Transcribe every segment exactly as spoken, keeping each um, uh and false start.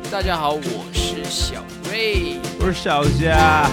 大家好，我是小瑞， 我是小佳。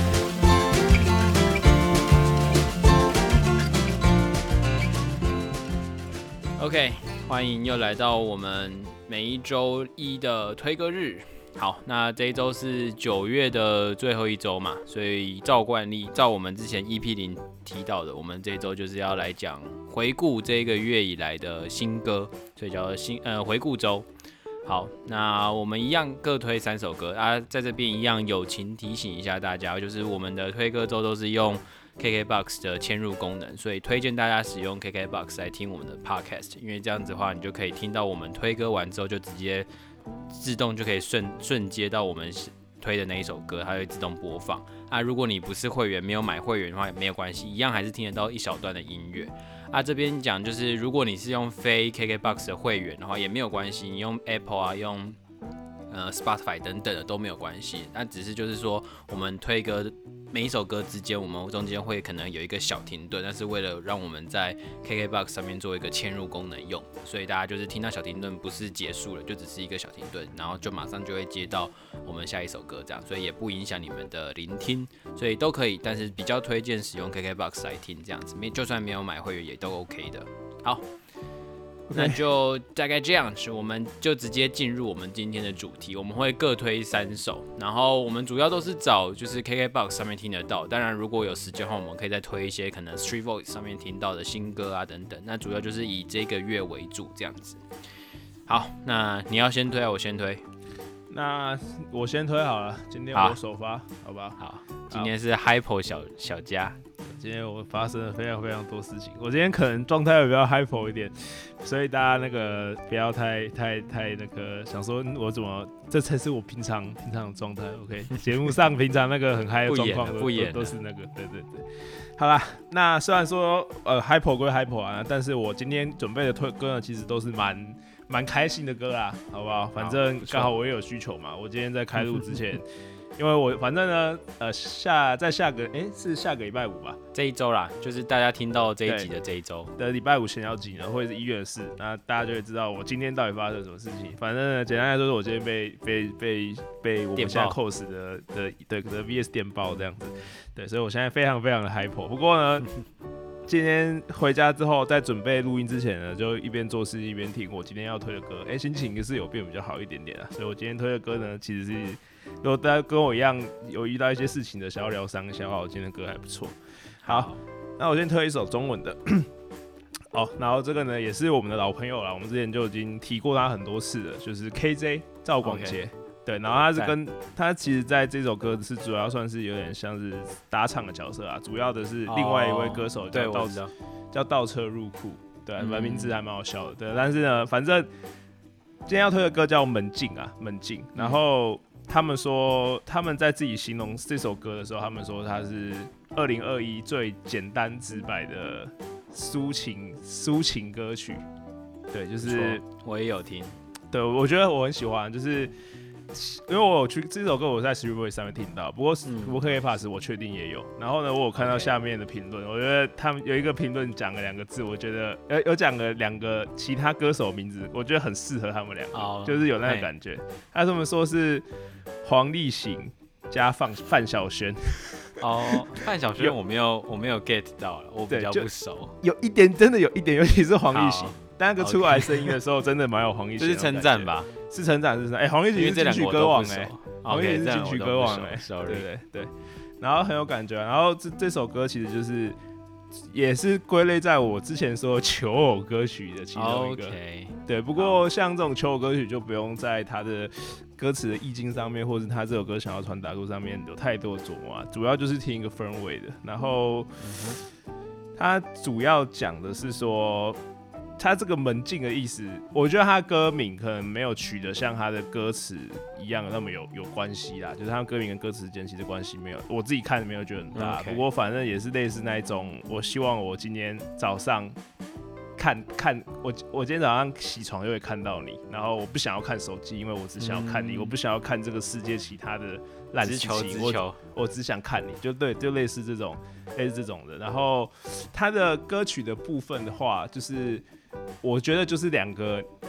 OK， 欢迎又来到我们每一周一的推歌日。好，那这一周是九月的最后一周嘛，所以照惯例，照我们之前 E P 零 提到的，我们这一周就是要来讲回顾这个月以来的新歌，所以叫做新呃回顾周。好，那我们一样各推三首歌啊，在这边一样友情提醒一下大家，就是我们的推歌周都是用 K K B O X 的嵌入功能，所以推荐大家使用 K K B O X 来听我们的 Podcast， 因为这样子的话，你就可以听到我们推歌完之后就直接自动就可以顺顺接到我们推的那一首歌，它会自动播放啊。如果你不是会员，没有买会员的话也没有关系，一样还是听得到一小段的音乐。啊，这边讲就是，如果你是用非 K K B O X 的会员的话，也没有关系，你用 Apple 啊，用呃 Spotify 等等的都没有关系。那只是就是说，我们推歌每一首歌之间，我们中间会可能有一个小停顿，但是为了让我们在 K K B O X 上面做一个嵌入功能用，所以大家就是听到小停顿不是结束了，就只是一个小停顿，然后就马上就会接到我们下一首歌这样，所以也不影响你们的聆听，所以都可以，但是比较推荐使用 K K B O X 来听这样子，就算没有买会员也都 OK 的。好。那就大概这样子，我们就直接进入我们今天的主题。我们会各推三首，然后我们主要都是找就是 K K B O X 上面听得到。当然，如果有时间的话，我们可以再推一些可能 Street Voice 上面听到的新歌啊等等。那主要就是以这个月为主这样子。好，那你要先推啊，我先推。 那我先推好了，今天我首发，好吧？ 好，今天是 Hypo 小小家。 今天我发生了非常非常多事情，我今天可能状态会比较 hyper 一点，所以大家那个不要太太太那个想说我怎么，这才是我平常平常的状态。OK， 节目上平常那个很嗨的状况都, 都, 都是那个，对对对。好啦，那虽然说呃 hyper 归 hyper 啊，但是我今天准备的推歌呢，其实都是蛮蛮开心的歌啦，好不好？反正刚好我也有需求嘛，我今天在开录之前。因为我反正呢，呃，下在下个哎、欸、是下个礼拜五吧， 这一周啦，就是大家听到这一集的这一周的礼拜五前要集呢，或者是一月的事，那大家就会知道我今天到底发生了什么事情。反正呢，简单来说，是我今天被被被被我们现在 cos 的的的的 V S 电报这样子，对，所以我现在非常非常的 hyper。不过呢，今天回家之后，在准备录音之前呢，就一边做事一边听我今天要推的歌，哎、欸，心情是有变比较好一点点啊。所以我今天推的歌呢，其实是。如果大家跟我一样有遇到一些事情的，想要疗伤一下的话，我今天的歌还不错。好，那我先推一首中文的。哦，然后这个呢也是我们的老朋友啦，我们之前就已经提过他很多次了，就是 K J 赵广杰。Okay. 对，然后他是跟他其实在这首歌是主要算是有点像是搭唱的角色啊，主要的是另外一位歌手叫倒、oh, 叫倒车入库，对、啊，嗯、名字还蛮好笑的。对，但是呢，反正今天要推的歌叫门禁啊，门禁，然后。他们说，他们在自己形容这首歌的时候，他们说它是二零二一最简单直白的抒情抒情歌曲。对，就是我也有听， 对，我觉得我很喜欢，就是因为我有去这首歌，我在 Street Voice 上面听到，不过我 K K Pass 我确定也有。然后呢，我有看到下面的评论， okay. 我觉得他们有一个评论讲了两个字，我觉得有有讲了两个其他歌手名字，我觉得很适合他们两个， oh, 就是有那个感觉。他这么说是黄立行加范范晓萱。 哦，范晓萱我没有我没有 get 到了，我比较不熟。 有一点真的有一点，尤其是黄立行。但那个出来声音的时候，真的蛮有黄立行。 这是称赞吧？ 是称赞，是称赞。哎，黄立行是金曲歌王哎、欸，黄立行是金曲歌王哎、 欸， 对对对。然后很有感觉，然后这这首歌其实就是也是归类在我之前说求偶歌曲的其中一个。 Okay. 对，不过像这种求偶歌曲就不用在它的歌词的意境上面，或是他这首歌想要传达出上面有太多的琢磨、啊，主要就是听一个氛围的。然后它主要讲的是说。他这个门禁的意思，我觉得他歌名可能没有取得像他的歌词一样那么有有关系啦，就是他歌名跟歌词之间其实关系没有，我自己看没有觉得很大。Okay. 不过反正也是类似那一种，我希望我今天早上看看我我今天早上起床就会看到你，然后我不想要看手机，因为我只想要看你，嗯、我不想要看这个世界其他的烂事情，我我只想看你，就对，就类似这种类似这种的。然后他的歌曲的部分的话，就是。我觉得就是两个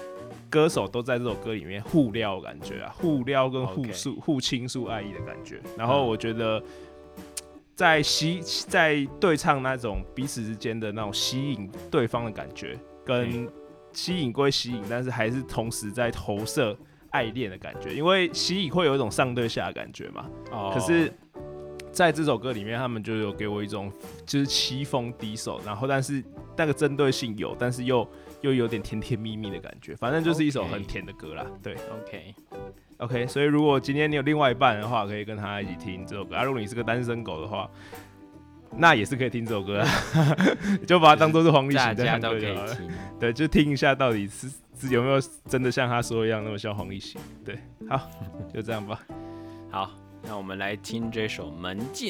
歌手都在这首歌里面互撩的感觉啊，互撩跟互诉、 okay. 互倾诉爱意的感觉。然后我觉得在吸在对唱那种彼此之间的那种吸引对方的感觉，跟吸引归吸引，但是还是同时在投射爱恋的感觉，因为吸引会有一种上对下的感觉嘛。Oh. 可是在这首歌里面，他们就有给我一种就是棋逢敌手，然后但是那个针对性有，但是又又有点甜甜蜜蜜的感觉，反正就是一首很甜的歌啦。对 ，OK OK， 所以如果今天你有另外一半的话，可以跟他一起听这首歌。啊，如果你是个单身狗的话，那也是可以听这首歌，你就把它当作是黄立行在唱歌就好了。对，就听一下到底是是有没有真的像他说的一样那么像黄立行。对，好，就这样吧。 好。那我们来听这首《门禁》。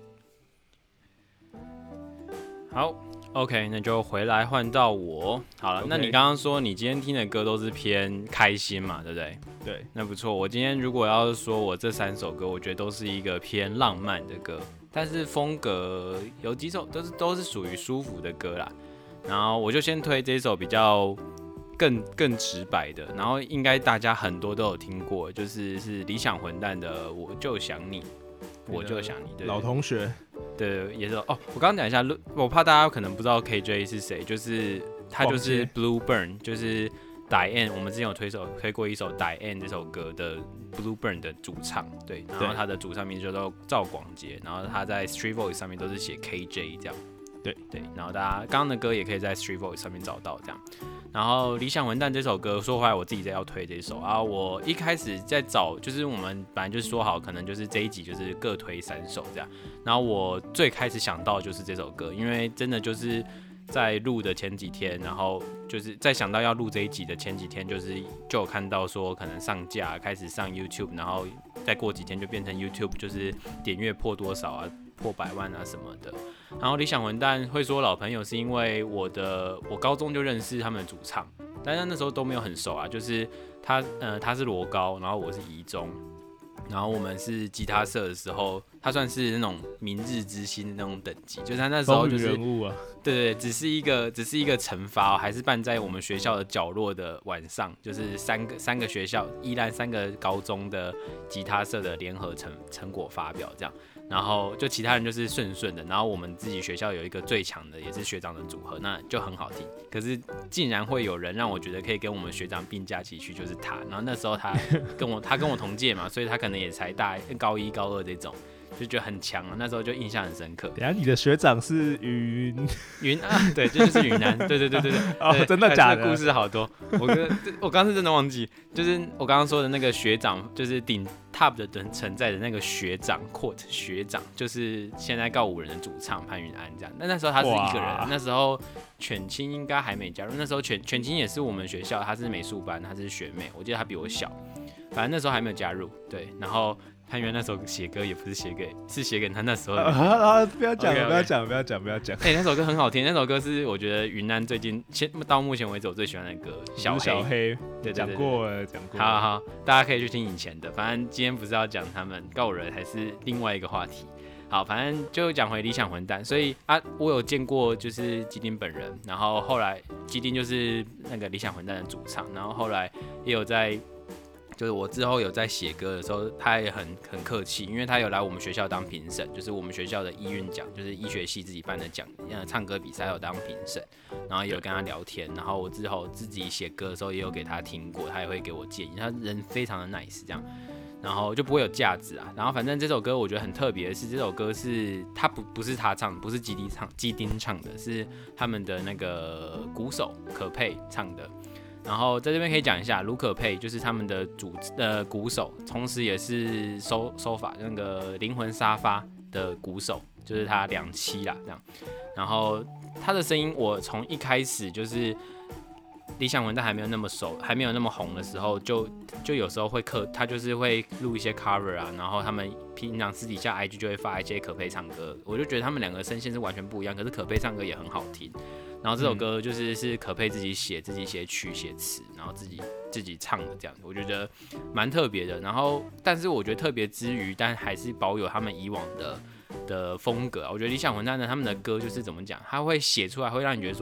好 ，OK， 那就回来换到我。好了， okay. 那你刚刚说你今天听的歌都是偏开心嘛，对不对？ 对， 那不错。我今天如果要是说我这三首歌，我觉得都是一个偏浪漫的歌，但是风格有几首都是都是属于舒服的歌啦。然后我就先推这首比较。更更直白的，然后应该大家很多都有听过，就是是理想混蛋的《我就想你》，我就想你，对， 老同学， 对，也是哦。我刚刚讲一下，我怕大家可能不知道 K J 是谁，就是他就是 Blue Burn， 就是 Diane， 我们之前有推首推过一首 Diane 这首歌的 Blue Burn 的主唱，对，然后他的主唱名叫做赵广杰，然后他在 Street Voice 上面都是写 K J 这样。对对，然后大家刚刚的歌也可以在 Street Voice 上面找到这样。然后《理想混蛋》这首歌，说回来我自己在要推这首啊。我一开始在找，就是我们本来就是说好，可能就是这一集就是各推三首这样。然后我最开始想到就是这首歌，因为真的就是在录的前几天，然后就是在想到要录这一集的前几天，就是就有看到说可能上架开始上 YouTube， 然后再过几天就变成 YouTube 就是点阅破多少啊。破百万啊什么的，然后理想混蛋会说老朋友是因为我的我高中就认识他们的主唱，但是那时候都没有很熟啊，就是他呃他是罗高，然后我是宜中，然后我们是吉他社的时候，他算是那种明日之星的那种等级，就是他那时候就是人物啊， 对对，只是一个只是一个惩罚、哦，还是办在我们学校的角落的晚上，就是三个三个学校，宜兰三个高中的吉他社的联合成成果发表这样。然后就其他人就是顺顺的，然后我们自己学校有一个最强的，也是学长的组合，那就很好听。可是竟然会有人让我觉得可以跟我们学长并驾齐驱，就是他。然后那时候他跟我他跟我同届嘛，所以他可能也才大高一高二这种，就觉得很强啊。那时候就印象很深刻。 等一下你的学长是云云啊，对，这就是云南，对对对对对。 哦，真的假的？ 故事好多，我跟我刚是真的忘记，就是我刚刚说的那个学长，就是顶 top 的存在的那个学长 ，quote 学长，就是现在告五人的主唱潘云安这样。但那时候他是一个人，那时候犬青应该还没加入，那时候犬犬青也是我们学校，他是美术班，他是学妹，我记得他比我小，反正那时候还没有加入，对，然后。潘云安那时候写歌也不是写给，是写给他那时候的。 啊啊！不要讲， okay, okay. 不要讲，不要讲，不要讲。 哎、欸，那首歌很好听，那首歌是我觉得云南最近到目前为止我最喜欢的歌。小黑， 小黑， 对， 讲过了，讲过了。 好好，大家可以去听以前的。反正今天不是要讲他们告人，还是另外一个话题。好，反正就讲回理想混蛋。所以啊，我有见过就是基丁本人，然后后来基丁就是那个理想混蛋的主唱，然后后来也有在。就是我之后有在写歌的时候，他也很很客气，因为他有来我们学校当评审，就是我们学校的医运奖，就是医学系自己办的奖，呃，唱歌比赛有当评审，然后也有跟他聊天，然后我之后自己写歌的时候也有给他听过，他也会给我建议，他人非常的 nice 这样，然后就不会有架子啊，然后反正这首歌我觉得很特别的是，这首歌是他不不是他唱，不是基丁唱，基丁唱的，是他们的那个鼓手可佩唱的。然后在这边可以讲一下，卢可佩就是他们的主呃鼓手，同时也是收收法那个灵魂沙发的鼓手，就是他两栖啦这样。然后他的声音，我从一开始就是理想混蛋还没有那么熟，还没有那么红的时候，就就有时候会客，他就是会录一些 cover 啊，然后他们平常私底下 I G 就会发一些可佩唱歌，我就觉得他们两个声线是完全不一样，可是可佩唱歌也很好听。然后这首歌就是是可佩自己写，自己写曲写词，然后自己自己唱的这样子，我觉得蛮特别的。然后，但是我觉得特别之余，但还是保有他们以往的的风格。我觉得理想混蛋呢，他们的歌就是怎么讲，他会写出来，会让你觉得说，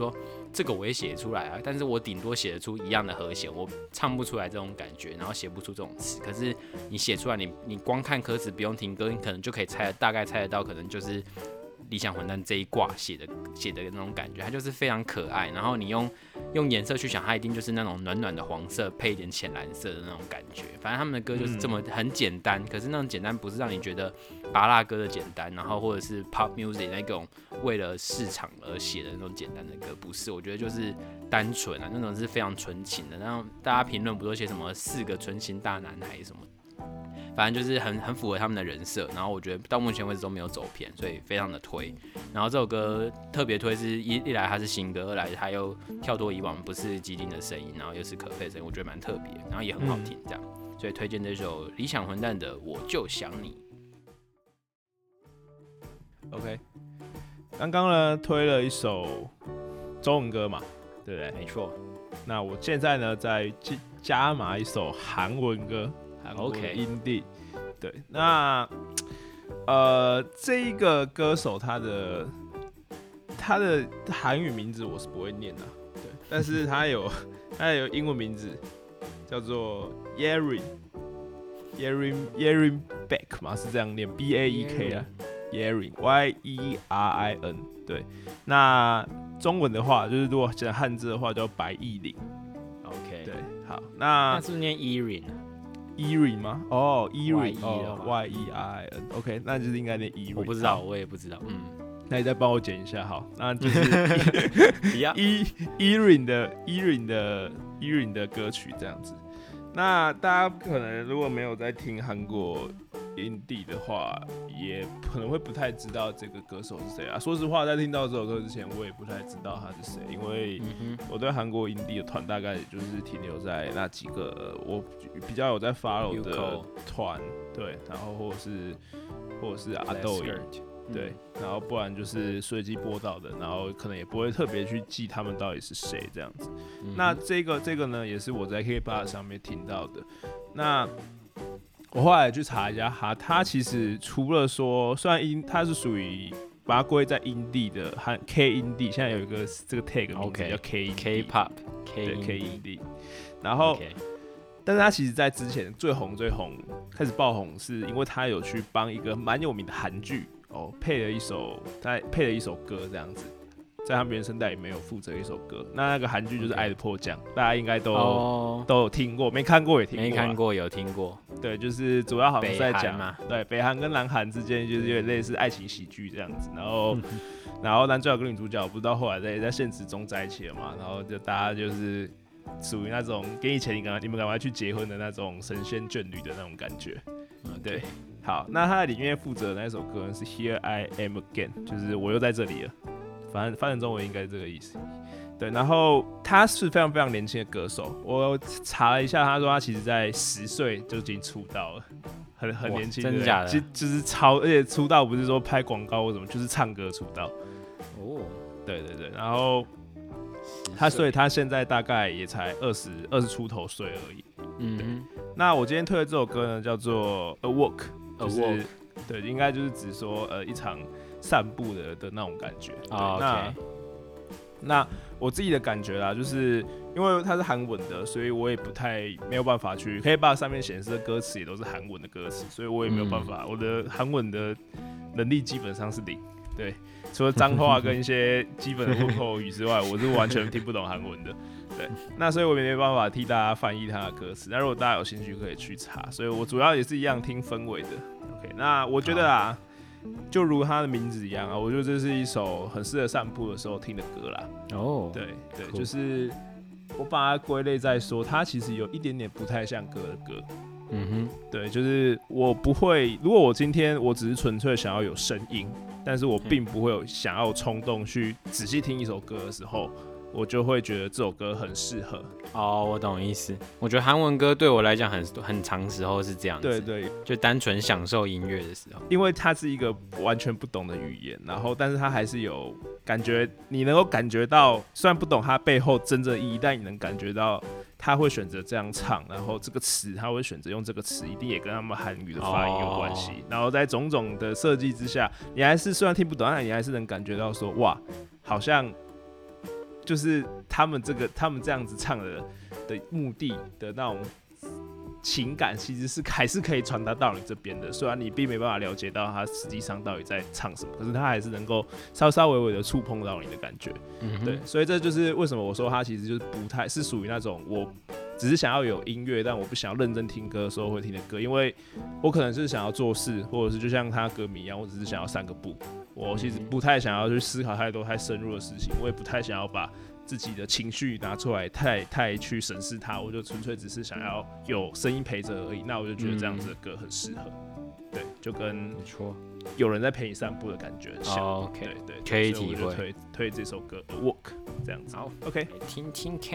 这个我也写得出来啊，但是我顶多写得出一样的和弦，我唱不出来这种感觉，然后写不出这种词。可是你写出来，你你光看歌词不用听歌，你可能就可以猜，大概猜得到，可能就是理想混蛋这一卦写的写的那种感觉，它就是非常可爱。然后你用用颜色去想，它一定就是那种暖暖的黄色配一点浅蓝色的那种感觉。反正他们的歌就是这么很简单，可是那种简单不是让你觉得芭乐歌的简单，然后或者是 pop music 那种为了市场而写的那种简单的歌，不是。我觉得就是单纯啊，那种是非常纯情的。然后大家评论不都写什么四个纯情大男孩什么？反正就是很很符合他们的人设，然后我觉得到目前为止都没有走偏，所以非常的推。然后这首歌特别推是一一来它是新歌，二来它又跳脱以往不是基丁的声音，然后又是可佩的声音，我觉得蛮特别，然后也很好听这样，所以推荐这首理想混蛋的《我就想你》。 OK， 刚刚呢推了一首中文歌嘛，对不对？ 没错。 那我现在呢再加码一首韩文歌。 OK， indie， 对，那呃，这一个歌手他的他的韩语名字我是不会念的，对，但是他有他有英文名字叫做 Yerin Yerin Yerin Beck 嘛，是这样念 B A E K 啊 Yerin Y E R I N， 对，那中文的话就是如果讲汉字的话叫白艺玲 ，OK， 对，好，那那是不是念 Erin？Erin 吗？哦 ，Erin， 哦 ，Y E R I N，OK， 那就是应该念 Erin。 我不知道，我也不知道，嗯。 那你再帮我剪一下，好，那就是 Erin 的 Erin 的 Erin 的歌曲这样子。那大家可能如果没有在听韩国 indie 的话，也可能会不太知道这个歌手是谁啊。说实话，在听到这首歌之前，我也不太知道他是谁，因为我对韩国 indie 的团大概也就是停留在那几个我比较有在 follow 的团，对，然后或者是或者是阿豆影。对，然后不然就是随机播到的，然后可能也不会特别去记他们到底是谁这样子。嗯、那这个这个呢，也是我在 K 八 上面听到的。那我后来去查一下，哈，他其实除了说，虽然音它是属于把它归在 indie 的，和 K indie， 现在有一个这个 tag 名字叫 K K pop K K indie， 然后。Okay. 但是他其实，在之前最红最红开始爆红，是因为他有去帮一个蛮有名的韩剧哦配了一首，他配了一首歌这样子，在他们原声带里面有负责一首歌。那那个韩剧就是《爱的迫降》，大家应该都、oh, 都有听过，没看过也听过， 没看过有听过。 对，就是主要好像是在讲，对，北韩跟南韩之间就是有点类似爱情喜剧这样子，然后。然后男主角跟女主角不是到后来在在现实中在一起了嘛，然后就大家就是属于那种给你钱你赶你们赶快去结婚的那种神仙眷侣的那种感觉。Okay. 对，好，那他在里面负责的那首歌是 Here I Am Again， 就是我又在这里了，反正翻译中文应该是这个意思。对，然后他是非常非常年轻的歌手，我查了一下，他说他其实在十岁就已经出道了，很很年轻， 真的假的？ 就是超，而且出道不是说拍广告或什么，就是唱歌出道。哦，对对对，然后他所以他现在大概也才二十二十出头岁而已。嗯，那我今天推的这首歌呢，叫做 A Walk， 就是 Walk. 对，应该就是指说呃一场散步的的那种感觉。 Oh, 那 okay. 那我自己的感觉啦，就是因为它是韩文的，所以我也不太没有办法去 K 八 上面显示的歌词也都是韩文的歌词，所以我也没有办法，嗯、我的韩文的能力基本上是零。对，除了脏话跟一些基本的混口语之外，我是完全听不懂韩文的。对，那所以我也没办法替大家翻译它的歌词。那如果大家有兴趣，可以去查。所以我主要也是一样听氛围的。OK， 那我觉得啊。就如它的名字一样啊，我觉得这是一首很适合散步的时候听的歌啦。哦， oh, 对对， cool. 就是我把它归类在说，它其实有一点点不太像歌的歌。嗯哼，对，就是我不会，如果我今天我只是纯粹想要有声音，但是我并不会有想要冲动去仔细听一首歌的时候，我就会觉得这首歌很适合。 哦，我懂意思。我觉得韩文歌对我来讲很很长时候是这样子， 对对， 就单纯享受音乐的时候， 因为它是一个完全不懂的语言，然后但是它还是有感觉，你能够感觉到，虽然不懂它背后真正的意义，但你能感觉到他会选择这样唱，然后这个词他会选择用这个词，一定也跟他们韩语的发音有关系。Oh. 然后在种种的设计之下，你还是虽然听不懂，但你还是能感觉到说，哇，好像。 就是他们这个他们这样子唱的的目的的那种情感，其实是还是可以传达到你这边的。虽然你并没办法了解到他实际上到底在唱什么，可是他还是能够稍稍微微的触碰到你的感觉。嗯、对，所以这就是为什么我说他其实就是不太是属于那种我只是想要有音乐，但我不想要认真听歌的时候会听的歌，因为我可能是想要做事，或者是就像他歌迷一样，我只是想要散个步。我其实不太想要去思考太多太深入的事情，我也不太想要把自己的情绪拿出来太太去审视它，我就纯粹只是想要有声音陪着而已。那我就觉得这样子的歌很适合，对，就跟有人在陪你散步的感觉很像。 哦、okay, 对对， 可以体会。 所以我就推推这首歌《Walk》这样子。 好 ，OK， 听听看。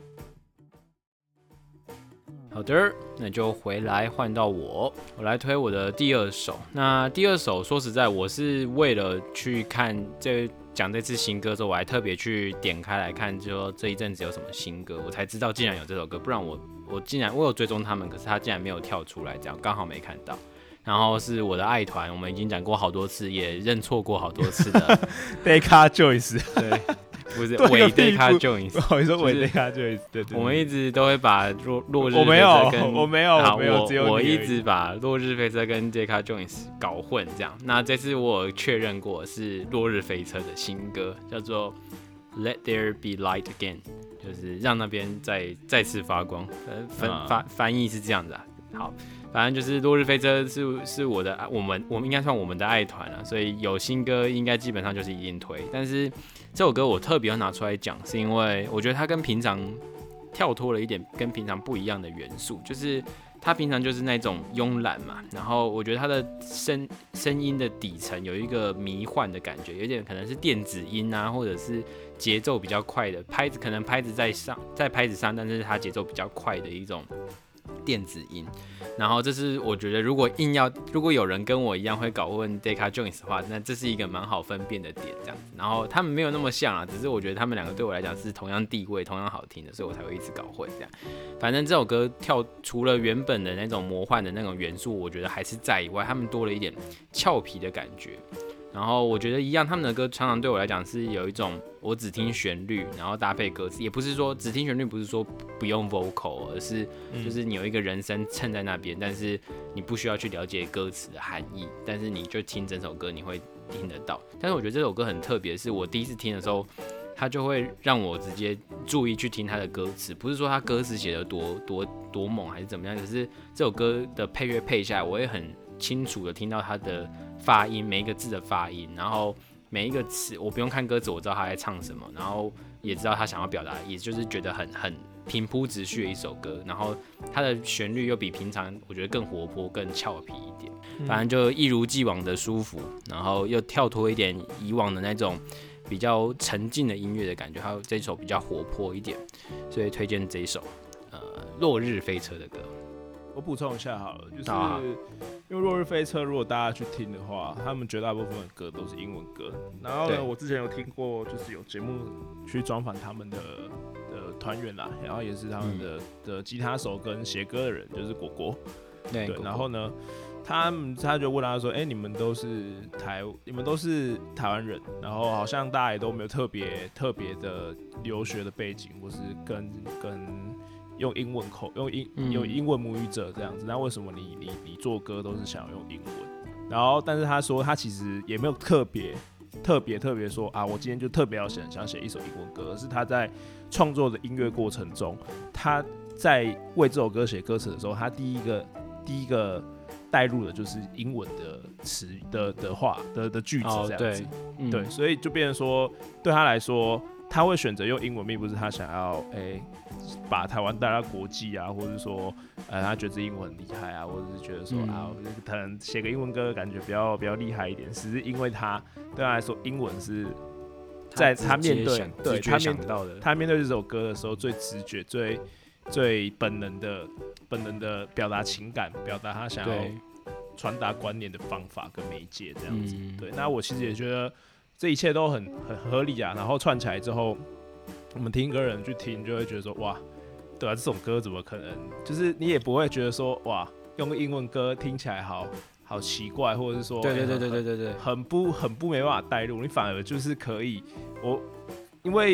好的，那就回来换到我，我来推我的第二首。那第二首说实在，我是为了去看这讲这次新歌之后，我还特别去点开来看，就说这一阵子有什么新歌，我才知道竟然有这首歌，不然我我竟然我有追踪他们，可是他竟然没有跳出来，这样刚好没看到。然后是我的爱团，我们已经讲过好多次，也认错过好多次的 Decca Joins， 对。不是伪 Decca Joins， 我说伪 Decca Joins， 对对。 我们一直都会把落落日我没有， 跟我没有，我没有，只有你。 我一直把落日飞车跟 Decca Joins 搞混，这样。那这次我确认过是落日飞车的新歌，叫做 Let There Be Light Again， 就是让那边再再次发光。呃，翻翻翻译是这样子啊。好，反正就是落日飞车是是我的，我们我们应该算我们的爱团啊，所以有新歌应该基本上就是一定推，但是。这首歌我特别要拿出来讲，是因为我觉得它跟平常跳脱了一点跟平常不一样的元素，就是它平常就是那种慵懒嘛，然后我觉得它的声声音的底层有一个迷幻的感觉，有点可能是电子音啊，或者是节奏比较快的拍子，可能拍子在上在拍子上，但是它节奏比较快的一种电子音。然后这是我觉得，如果硬要，如果有人跟我一样会搞混 Decca Joins 的话，那这是一个蛮好分辨的点，这样子。然后他们没有那么像啊，只是我觉得他们两个对我来讲是同样地位、同样好听的，所以我才会一直搞混这样。反正这首歌跳除了原本的那种魔幻的那种元素，我觉得还是在以外，他们多了一点俏皮的感觉。然后我觉得一样，他们的歌常常对我来讲是有一种我只听旋律，然后搭配歌词，也不是说只听旋律，不是说不用 vocal， 而是就是你有一个人声衬在那边，但是你不需要去了解歌词的含义，但是你就听整首歌你会听得到。但是我觉得这首歌很特别，是我第一次听的时候，它就会让我直接注意去听它的歌词，不是说它歌词写的多多多猛还是怎么样，可是这首歌的配乐配下来，我会很清楚的听到它的发音，每一个字的发音，然后每一个词我不用看歌词，我知道他在唱什么，然后也知道他想要表达，也就是觉得很很平铺直叙的一首歌，然后它的旋律又比平常我觉得更活泼、更俏皮一点，反正就一如既往的舒服，然后又跳脱一点以往的那种比较沉静的音乐的感觉，还有这首比较活泼一点，所以推荐这一首呃落日飞车的歌。 我补充一下好了，就是因为落日飞车，如果大家去听的话，他们绝大部分的歌都是英文歌。然后呢，我之前有听过，就是有节目去专访他们的的团员啦，然后也是他们的、嗯、的吉他手跟写歌的人，就是果果。对，对，然后呢，他们他就问他说：“哎、欸，你们都是台，你们都是台湾人，然后好像大家也都没有特别特别的留学的背景，或是跟跟。”用英文口用英用英文母语者这样子，那为什么你你你做歌都是想要用英文？然后，但是他说他其实也没有特别特别特别说啊，我今天就特别要想想写一首英文歌，而是他在创作的音乐过程中，他在为这首歌写歌词的时候，他第一个第一个带入的就是英文的词的的话的的句子这样子，哦对，嗯、对，所以就变成说对他来说。他会选择用英文，并不是他想要诶、欸、把台湾带到国际啊，或者说呃他觉得英文很厉害啊，或者是觉得说、嗯、啊可能写个英文歌感觉比较比较厉害一点，只是因为他对他来说英文是在他面对对他面到的他面对这首歌的时候最直觉、最最本能的本能的表达情感、表达他想要传达观念的方法跟媒介这样子。嗯、对，那我其实也觉得。这一切都很很合理啊，然后串起来之后，我们听歌人去听，就会觉得说哇，对啊，这种歌怎么可能？就是你也不会觉得说哇，用英文歌听起来好好奇怪，或者是说对对对对对对对， 很不很不没办法带入，你反而就是可以，我因为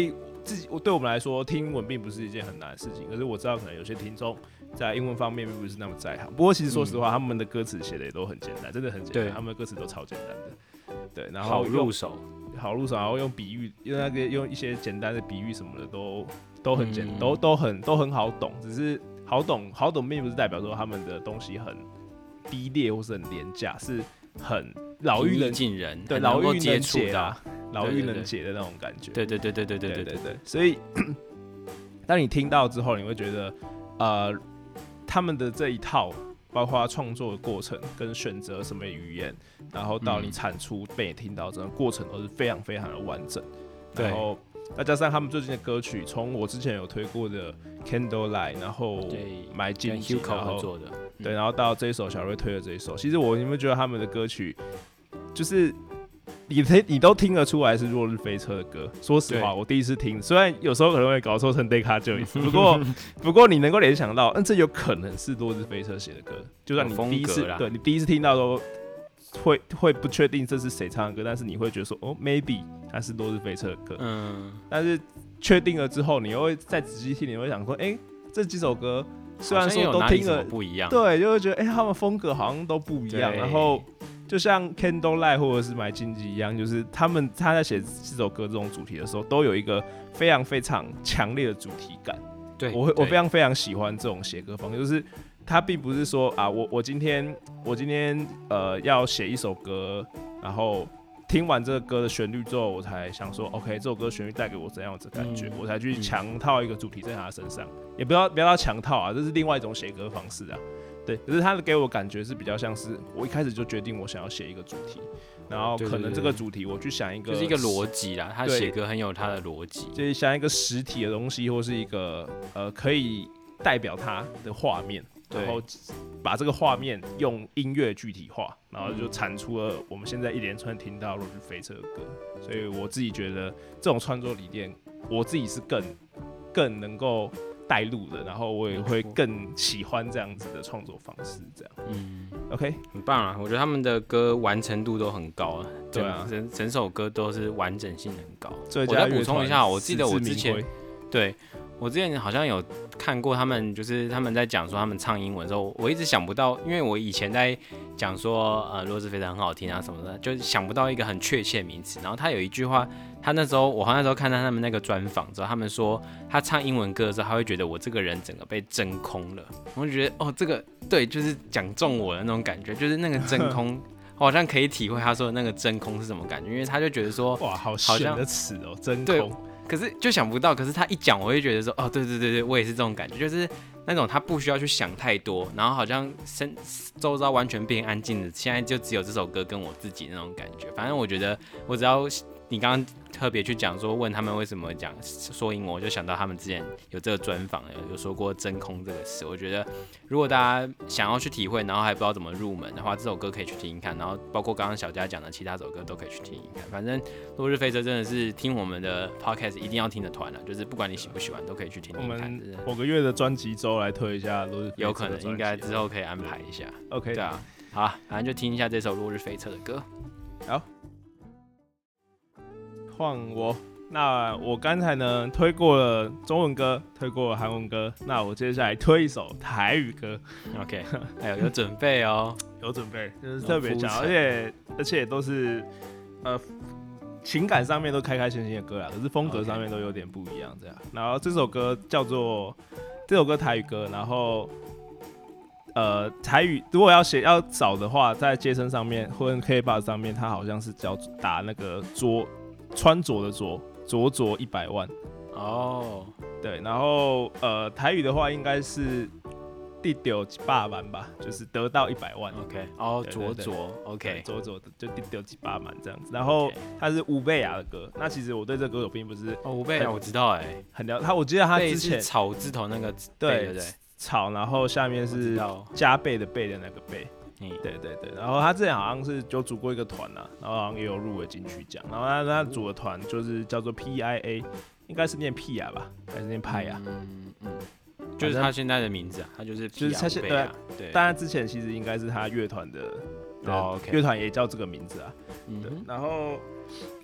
自己对我们来说，听英文并不是一件很难的事情。可是我知道，可能有些听众在英文方面并不是那么在行。不过其实说实话，嗯、他们的歌词写的也都很简单，真的很简单。他们的歌词都超简单的。对，然后好入手， 好入手，然后用比喻，用那个用一些简单的比喻什么的都都很简，嗯、都都很都很好懂。只是好懂好懂，并不是代表说他们的东西很低劣或是很廉价，是很老妪能近人， 对，老妪能解啊，老妪能解的那种感觉。 对对对对对对对对 对, 对, 对。 所以当你听到之后，你会觉得，呃，他们的这一套。包括创作的过程跟选择什么语言，然后到你产出被你听到，整个过程都是非常非常的完整。然后再加上他们最近的歌曲，从我之前有推过的 Candlelight， 然后买经济，然后做的， 对，然后到这一首小瑞推的这一首，其实我有没有觉得他们的歌曲就是。你你都听得出来是落日飞车的歌。说实话，我第一次听，虽然有时候可能会搞错成 Deca Joins， 不过不过你能够联想到，嗯，这有可能是落日飞车写的歌。就算你第一次对你第一次听到都会会不确定这是谁唱的歌，但是你会觉得说，哦 ，maybe 它是落日飞车的歌。嗯。但是确定了之后，你又会再仔细听，你会想说，哎、欸，这几首歌虽然说都听了不一样， 对，就会觉得，哎、欸，他们风格好像都不一样，然后。就像 Candlelight 或者是买经济一样，就是他们他在写这首歌这种主题的时候，都有一个非常非常强烈的主题感。 对， 我会我非常非常喜欢这种写歌方式，就是他并不是说啊，我我今天我今天呃要写一首歌，然后听完这个歌的旋律之后，我才想说 ，OK， 这首歌旋律带给我怎样的感觉，嗯、我才去强套一个主题在他身上，嗯、也不要不要强套啊，这是另外一种写歌方式啊。对，可是他给我感觉是比较像是我一开始就决定我想要写一个主题，然后可能这个主题我去想一个， 就是一个逻辑啦。他写歌很有他的逻辑， 就是想一个实体的东西，或是一个呃可以代表他的画面，然后把这个画面用音乐具体化，然后就产出了我们现在一连串听到落日飞车的歌。所以我自己觉得这种创作理念，我自己是更更能够。带路的，然后我也会更喜欢这样子的创作方式，这样，嗯 ，OK， 很棒啊！我觉得他们的歌完成度都很高啊， 对啊， 整整首歌都是完整性很高。 我再补充一下，我记得我之前，对我之前好像有看过他们，就是他们在讲说他们唱英文的时候，我一直想不到，因为我以前在讲说呃落日飞车很好听啊什么的，就想不到一个很确切的名词。然后他有一句话。他那时候，我好像那时候看到他们那个专访之后，他们说他唱英文歌的时候，他会觉得我这个人整个被真空了。我就觉得哦，这个对，就是讲中我的那种感觉，就是那个真空，我好像可以体会他说的那个真空是什么感觉，因为他就觉得说， 哇，好玄的词哦，真空。 对，可是就想不到，可是他一讲，我会觉得说，哦，对对对对，我也是这种感觉，就是那种他不需要去想太多，然后好像身周遭完全变安静的，现在就只有这首歌跟我自己那种感觉。反正我觉得，我只要。你刚刚特别去讲说问他们为什么讲说英文，我就想到他们之前有这个专访，有说过真空这个词。我觉得如果大家想要去体会，然后还不知道怎么入门的话，这首歌可以去听听看。然后包括刚刚小佳讲的其他首歌都可以去听听看。反正落日飞车真的是听我们的 podcast 一定要听的团了，就是不管你喜不喜欢都可以去听听看。 我们某个月的专辑周来推一下落日飞车， 有可能应该之后可以安排一下。 OK， 对啊，好啊，反正就听一下这首落日飞车的歌。 好。换我，那我刚才呢推过了中文歌，推过了韩文歌，那我接下来推一首台语歌。 OK， 还有有准备哦， 有准备，就是特别讲，而且而且都是呃情感上面都开开心心的歌啦，可是风格上面都有点不一样这样。然后这首歌叫做这首歌台语歌，然后呃台语如果要写要找的话，在街声上面或者 K 八上面，它好像是叫打那个桌。穿着的着，着着一百万哦， oh. 对，然后呃台语的话应该是第九几百万吧，就是得到一百万。 OK， 哦，着着 ，OK， 着着就第九几百万这样子。然后它是吴贝雅的歌，那其实我对这个歌手并不是哦，吴贝雅我知道哎、欸， 很了他，我记得他之前草字头那个对对对草，然后下面是加倍的倍的那个倍。嗯，对对对，然后他之前好像是就组过一个团啊，然后好像也有入围金曲奖，然后他他组的团就是叫做 P I A， 应该是念 P 呀吧，还是念派呀？嗯嗯， 就是他现在的名字啊，他就是就是他现对对，但他之前其实应该是他乐团的，哦，乐团也叫这个名字啊，对，然后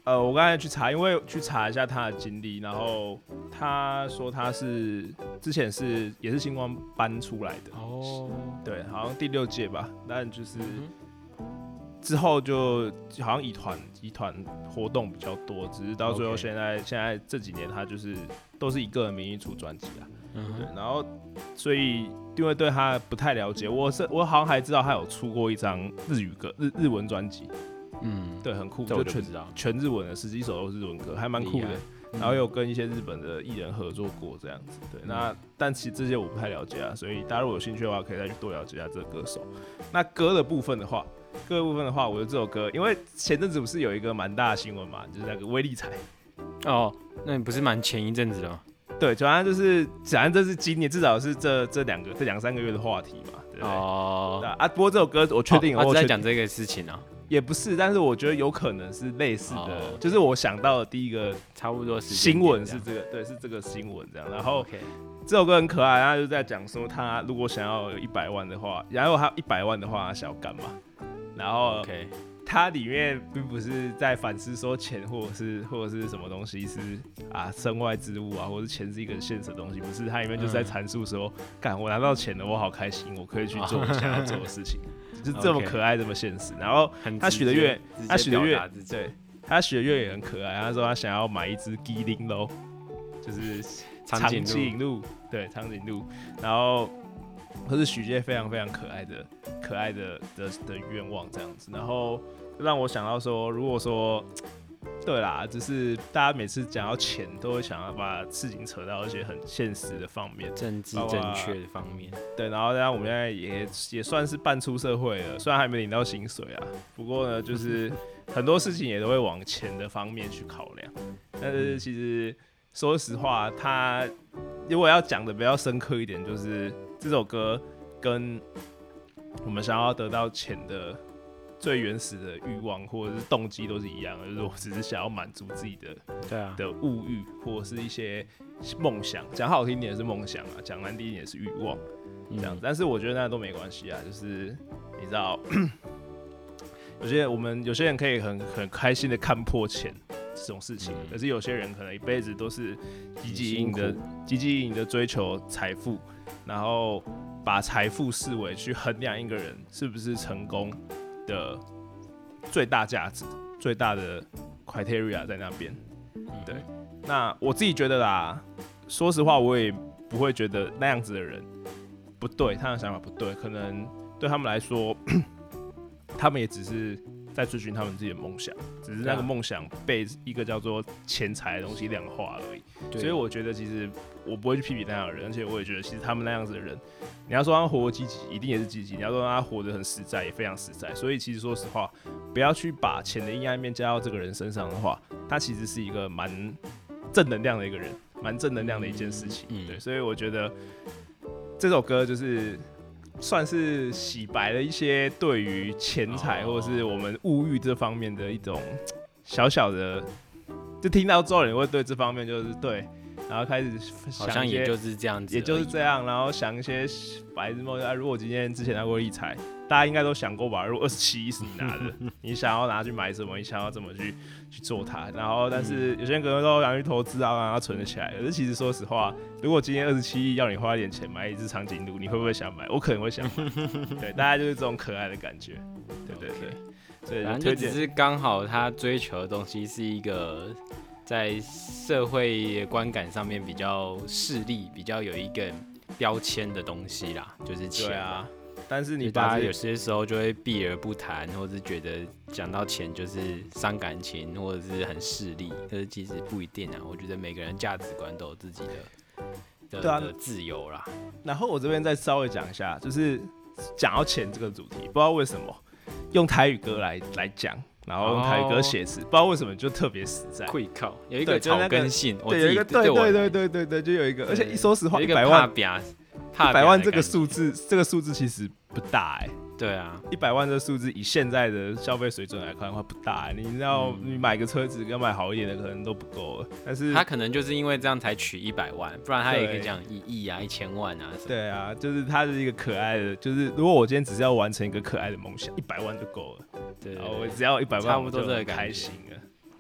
呃，我刚才去查，因为去查一下他的经历，然后他说他是之前是也是星光班出来的哦，对，好像第六届吧，但就是。嗯之后就好像以团以团活动比较多，只是到最后现在、okay. 现在这几年他就是都是以个人名义出专辑啊，嗯、对，然后所以因为对他不太了解，我是我好像还知道他有出过一张日语歌日日文专辑，嗯，对，很酷，就全全日文的，十几首都是日文歌，还蛮酷的。然后有跟一些日本的艺人合作过这样子，对，那但其实这些我不太了解啊，所以大家如果有兴趣的话，可以再去多了解一下这个歌手。那歌的部分的话，歌的部分的话，我觉得这首歌，因为前阵子不是有一个蛮大的新闻嘛，就是那个威力彩。 哦，那你不是蛮前一阵子的吗？ 对，主要就是，反正这是今年至少是这这两个这两三个月的话题嘛，对不对？哦，啊，不过这首歌我确定， 哦、我在讲这个事情啊。 也不是，但是我觉得有可能是类似的， oh, okay. 就是我想到的第一个差不多新闻是这个，对，是这个新闻这样。然后、okay. 这首歌很可爱，他就在讲说他如果想要有一百万的话，然后他一百万的话，他想要干嘛？然后 ，OK， 他里面并不是在反思说钱或者是或者是什么东西是啊身外之物啊，或者钱是一个现实的东西，不是，他里面就是在阐述说，干、嗯、我拿到钱了，我好开心，我可以去做我想要做的事情。就这么可爱，这么现实。然后他许的愿，他许的愿，对，他许的愿也很可爱。他说他想要买一只麒麟咯，就是长颈鹿，对，长颈鹿。然后或是许一些非常非常可爱的、可爱的的的愿望这样子。然后让我想到说，如果说，对啦，就是大家每次讲到钱，都会想要把事情扯到一些很现实的方面， 政治正确的方面。 对，然后当然我们现在也也算是半出社会了，虽然还没领到薪水啊，不过呢，就是很多事情也都会往钱的方面去考量。但是其实说实话，他如果要讲的比较深刻一点，就是这首歌跟我们想要得到钱的最原始的欲望或者是动机都是一样的，就是我只是想要满足自己的对啊的物欲或者是一些梦想，讲好听点是梦想啊，讲难听一点是欲望这样子、嗯。但是我觉得那都没关系啊，就是你知道，有些我们有些人可以很很开心的看破钱这种事情、嗯，可是有些人可能一辈子都是汲汲营营的汲汲营营的追求财富，然后把财富视为去衡量一个人是不是成功的最大价值、最大的 criteria 在那边。对，那我自己觉得啦，说实话，我也不会觉得那样子的人不对，他的想法不对，可能对他们来说，他们也只是在追寻他们自己的梦想，只是那个梦想被一个叫做钱财的东西量化而已。所以我觉得其实我不会去批评那样的人，而且我也觉得其实他们那样子的人，你要说他活得积极，一定也是积极；你要说他活得很实在，也非常实在。所以其实说实话，不要去把钱的阴暗面加到这个人身上的话，他其实是一个蛮正能量的一个人，蛮正能量的一件事情。对，所以我觉得这首歌就是算是洗白了一些对于钱财或者是我们物欲这方面的一种小小的，就听到之后你会对这方面就是对。然后开始想一些， 好像也就是这样子， 也就是这样，然后想一些白日梦啊。如果今天之前拿过理财，大家应该都想过吧？如果二十七亿是你拿的，你想要拿去买什么？你想要怎么去去做它？然后，但是有些人可能都想去投资啊，让它存得起来。可是其实说实话，如果今天二十七亿要你花一点钱买一只长颈鹿，你会不会想买？我可能会想买。对，大概就是这种可爱的感觉。对对对， okay. 所以反正就只是刚好他追求的东西是一个在社会观感上面比较势利、比较有一个标签的东西啦，就是钱。对啊， 但是你大家有些时候就会避而不谈，或是觉得讲到钱就是伤感情，或者是很势利。可是其实不一定啊，我觉得每个人价值观都有自己的的、对啊、的自由啦。 然后我这边再稍微讲一下，就是讲到钱这个主题，不知道为什么用台语歌来来讲。然后用台语歌写词， oh. 不知道为什么就特别实在。 会靠有一个草根性， 对，有一个对对对对对对，就有一个，而且一说实话，一百万，一百万这个数字，这个数字其实不大哎、欸。 对啊， 一百万这个数字以现在的消费水准来看的话不大、欸，你知道、嗯、你买个车子要买好一点的可能都不够了，但是他可能就是因为这样才取一百万，不然他也可以讲一亿啊、一千万啊什么。 对啊，就是他是一个可爱的，就是如果我今天只是要完成一个可爱的梦想，一百万就够了。对，然后我只要一百万， 差不多这个开心了。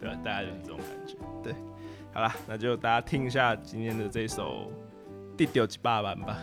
对吧？大概就是这种感觉。对，好啦，那就大家听一下今天的这首《第九几百万》吧。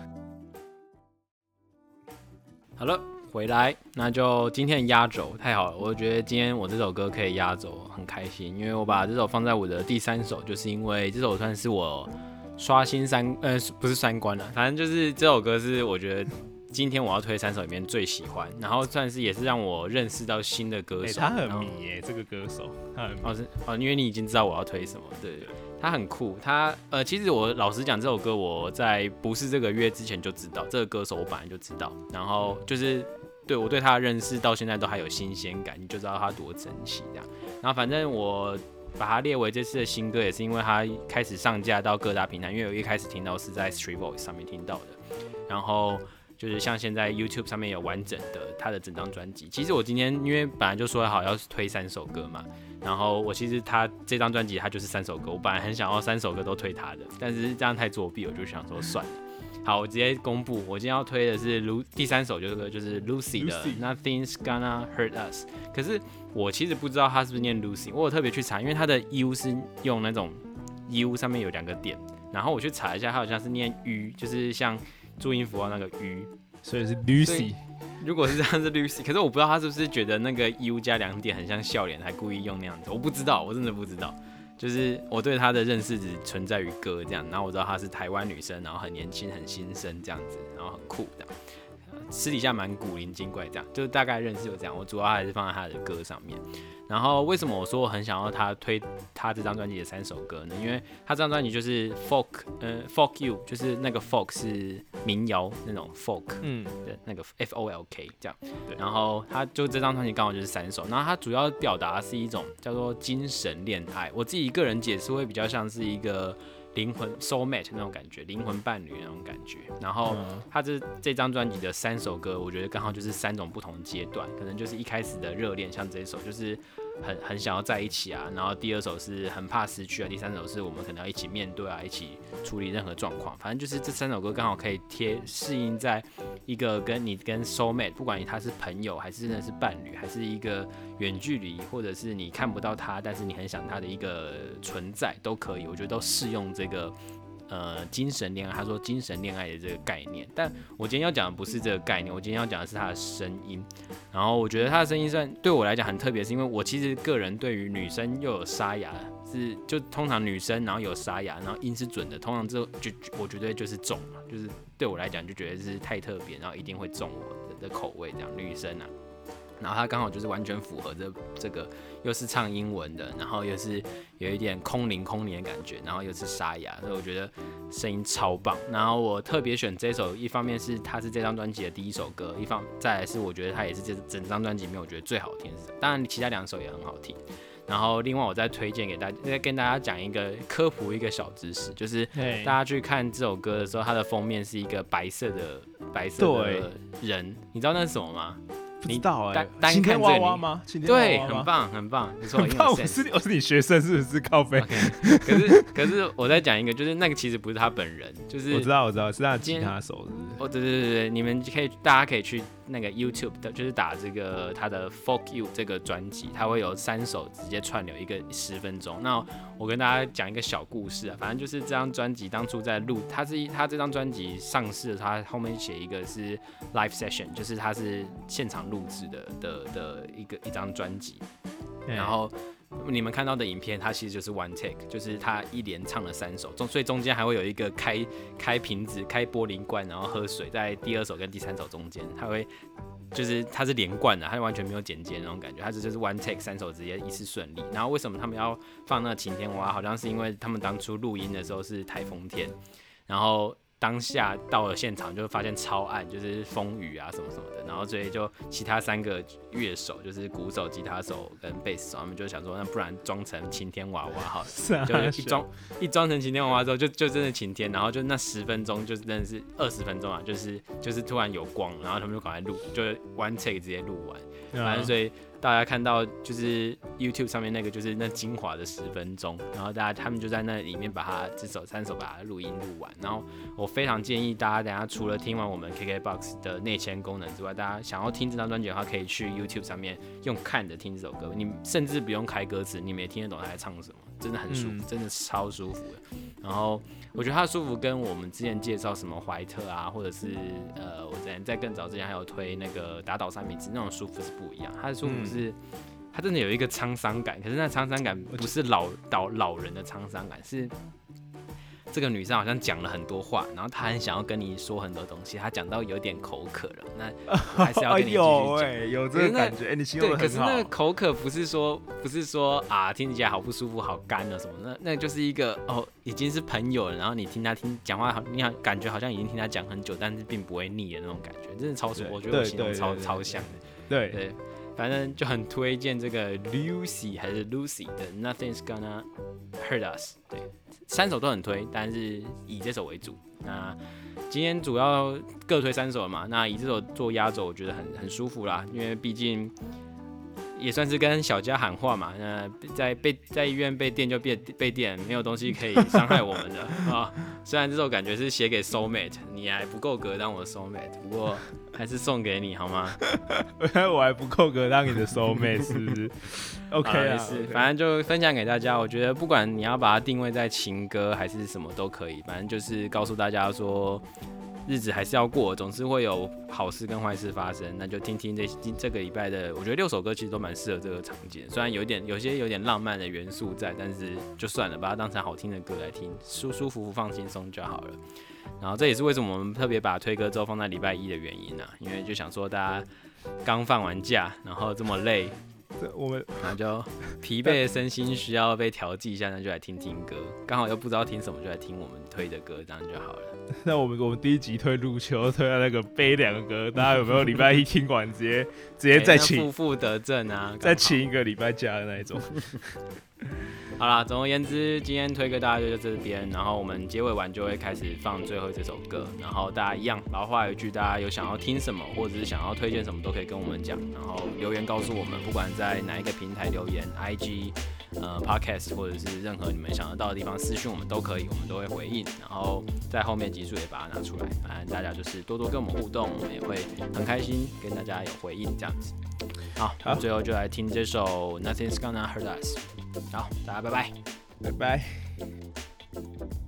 好了，回来，那就今天的压轴太好了，我觉得今天我这首歌可以压轴，很开心，因为我把这首放在我的第三首，就是因为这首算是我刷新三呃不是三观了，反正就是这首歌是我觉得今天我要推三首里面最喜欢，然后算是也是让我认识到新的歌手。 欸、他很迷耶、欸，这个歌手，他很迷哦是哦，因为你已经知道我要推什么，对。他很酷，他呃，其实我老实讲，这首歌我在不是这个月之前就知道，这个歌手我本来就知道，然后就是对我对他的认识到现在都还有新鲜感，你就知道他多珍惜这样。然后反正我把它列为这次的新歌，也是因为他开始上架到各大平台，因为我一开始听到是在 Street Voice 上面听到的，然后就是像现在 YouTube 上面有完整的他的整张专辑。其实我今天因为本来就说好要推三首歌嘛。然后我其实他这张专辑他就是三首歌，我本来很想要三首歌都推他的，但是这样太作弊，我就想说算了。好，我直接公布，我今天要推的是第三首就是就是 Lucy 的 Nothing's Gonna Hurt Us。可是我其实不知道他是不是念 Lucy， 我有特别去查，因为他的 U 是用那种 U 上面有两个点，然后我去查一下，他好像是念 U， 就是像注音符号那个 U， 所以是 Lucy。 如果是这样是 Lucy， 可是我不知道他是不是觉得那个 U 加两点很像笑脸，还故意用那样子，我不知道，我真的不知道。就是我对他的认识只存在于歌这样，然后我知道她是台湾女生，然后很年轻、很新生这样子，然后很酷这样，私底下蛮古灵精怪这样，就是大概认识有这样。我主要还是放在他的歌上面。然后为什么我说我很想要他推他这张专辑的三首歌呢？因为他这张专辑就是 folk， 呃 folk you， 就是那个 folk 是民谣那种 folk， 嗯，的那个 F O L K 这样。然后他就这张专辑刚好就是三首，然后他主要表达的是一种叫做精神恋爱。我自己个人解释会比较像是一个灵魂 soul mate 那种感觉，灵魂伴侣那种感觉。然后他这这张专辑的三首歌，我觉得刚好就是三种不同的阶段，可能就是一开始的热恋，像这一首就是很很想要在一起啊，然后第二首是很怕失去啊，第三首是我们可能要一起面对啊，一起处理任何状况。反正就是这三首歌刚好可以贴适应在一个跟你跟 soul mate， 不管你他是朋友还是真的是伴侣，还是一个远距离，或者是你看不到他，但是你很想他的一个存在都可以，我觉得都适用这个。呃，精神恋爱，他说精神恋爱的这个概念，但我今天要讲的不是这个概念，我今天要讲的是他的声音。然后我觉得他的声音算对我来讲很特别，是因为我其实个人对于女生又有沙哑，是就通常女生然后有沙哑，然后音是准的，通常这就我觉得就是中了，就是对我来讲就觉得是太特别，然后一定会中我 的, 的口味这样，女生啊。然后他刚好就是完全符合这这个，又是唱英文的，然后又是有一点空灵空灵的感觉，然后又是沙哑，所以我觉得声音超棒。然后我特别选这首，一方面是它是这张专辑的第一首歌，一方再来是我觉得它也是这整张专辑里面我觉得最好听的。当然其他两首也很好听。然后另外我再推荐给大家，再跟大家讲一个科普一个小知识，就是大家去看这首歌的时候，它的封面是一个白色的白色的人，你知道那是什么吗？ 不知道哎、欸， 单看这个娃娃吗？ 对，很棒，很棒，不错，很棒。 我是我是你学生是不是？靠背。 Okay, 可是可是我再讲一个，就是那个其实不是他本人，就是我知道我知道是他的吉他手，是不是？ 哦，对对对对，你们可以大家可以去那个 YouTube 的，就是打这个他的 Folk You 这个专辑，它会有三首直接串流一个十分钟。那我跟大家讲一个小故事啊，反正就是这张专辑当初在录，他是他这张专辑上市的时候，他后面写一个是 Live Session， 就是他是现场录制的的的一个一张专辑，然后你们看到的影片，它其实就是 one take， 就是他一连唱了三首，所以中间还会有一个开开瓶子、开玻璃罐，然后喝水，在第二首跟第三首中间，他会就是它是连贯的，它完全没有剪接那种感觉，它就是 one take 三首直接一次顺利。然后为什么他们要放那个晴天娃娃？好像是因为他们当初录音的时候是台风天，然后当下到了现场就发现超暗，就是风雨啊什么什么的，然后所以就其他三个乐手，就是鼓手、吉他手跟贝斯手，他们就想说，那不然装成晴天娃娃好了，就一装一装成晴天娃娃之后，就就真的晴天，然后就那十分钟就真的是二十分钟啊，就是就是突然有光，然后他们就赶快录，就 one take 直接录完，反正所以大家看到就是 YouTube 上面那个就是那精华的十分钟，然后大家他们就在那里面把它这首三首把它录音录完。然后我非常建议大家等一下除了听完我们 K K B O X 的内嵌功能之外，大家想要听这张专辑的话，可以去 YouTube 上面用看的听这首歌，你甚至不用开歌词，你们也听得懂他在唱什么，真的很舒服，嗯、真的超舒服的。然后我觉得它的舒服跟我们之前介绍什么怀特啊，或者是呃，我之前在更早之前还有推那个打倒三明治那种舒服是不一样，它的舒服是。嗯他真的有一个沧桑感，可是那沧桑感不是老老老人的沧桑感，是这个女生好像讲了很多话，然后她很想要跟你说很多东西，她讲到有点口渴了，那还是要跟你继续讲。 有哎、欸，有这个感觉，哎、欸，你形容得很好。 对，可是那个口渴不是说不是说啊听起来好不舒服、好干了什么，那那就是一个哦已经是朋友了，然后你听他听讲话，你感觉好像已经听他讲很久，但是并不会腻的那种感觉，真的超舒服。我觉得我形容超超像的。 对对。反正就很推荐这个 Lucy 还是 Lucy 的 Nothing's Gonna Hurt Us， 对，三首都很推，但是以这首为主。那今天主要各推三首嘛，那以这首做压轴，我觉得很很舒服啦，因为毕竟也算是跟小家喊话嘛。那在被在医院被电就被被电，没有东西可以伤害我们的啊。虽然这首感觉是写给 soulmate， 你还不够格当我的 soulmate， 不过还是送给你好吗？ 我还不够格当你的 soulmate 是不是？OK 啊， 是，反正就分享给大家。我觉得不管你要把它定位在情歌还是什么都可以，反正就是告诉大家说。日子还是要过，总是会有好事跟坏事发生。那就听听这这个礼拜的，我觉得六首歌其实都蛮适合这个场景。虽然有点有些有点浪漫的元素在，但是就算了，把它当成好听的歌来听，舒舒服服放轻松就好了。然后这也是为什么我们特别把推歌周放在礼拜一的原因啊，因为就想说大家刚放完假，然后这么累。 我们那就疲惫的身心需要被调剂一下，那就来听听歌。刚好又不知道听什么，就来听我们推的歌，这样就好了。 那我们我们第一集推入秋，推到那个悲凉的歌，大家有没有礼拜一听完直接直接再请负负得正啊， 再请一个礼拜假的那一种？ 好啦，总而言之，今天推歌大家就在这边，然后我们结尾完就会开始放最后这首歌，然后大家一样老话一句，大家有想要听什么或者是想要推荐什么都可以跟我们讲，然后留言告诉我们，不管在哪一个平台留言 ，I G、呃 Podcast 或者是任何你们想得到的地方私讯我们都可以，我们都会回应，然后在后面集数也把它拿出来，反正大家就是多多跟我们互动，我们也会很开心跟大家有回应这样子。好，好，最后就来听这首 Nothing's Gonna Hurt Us。好，大家拜拜， 拜拜。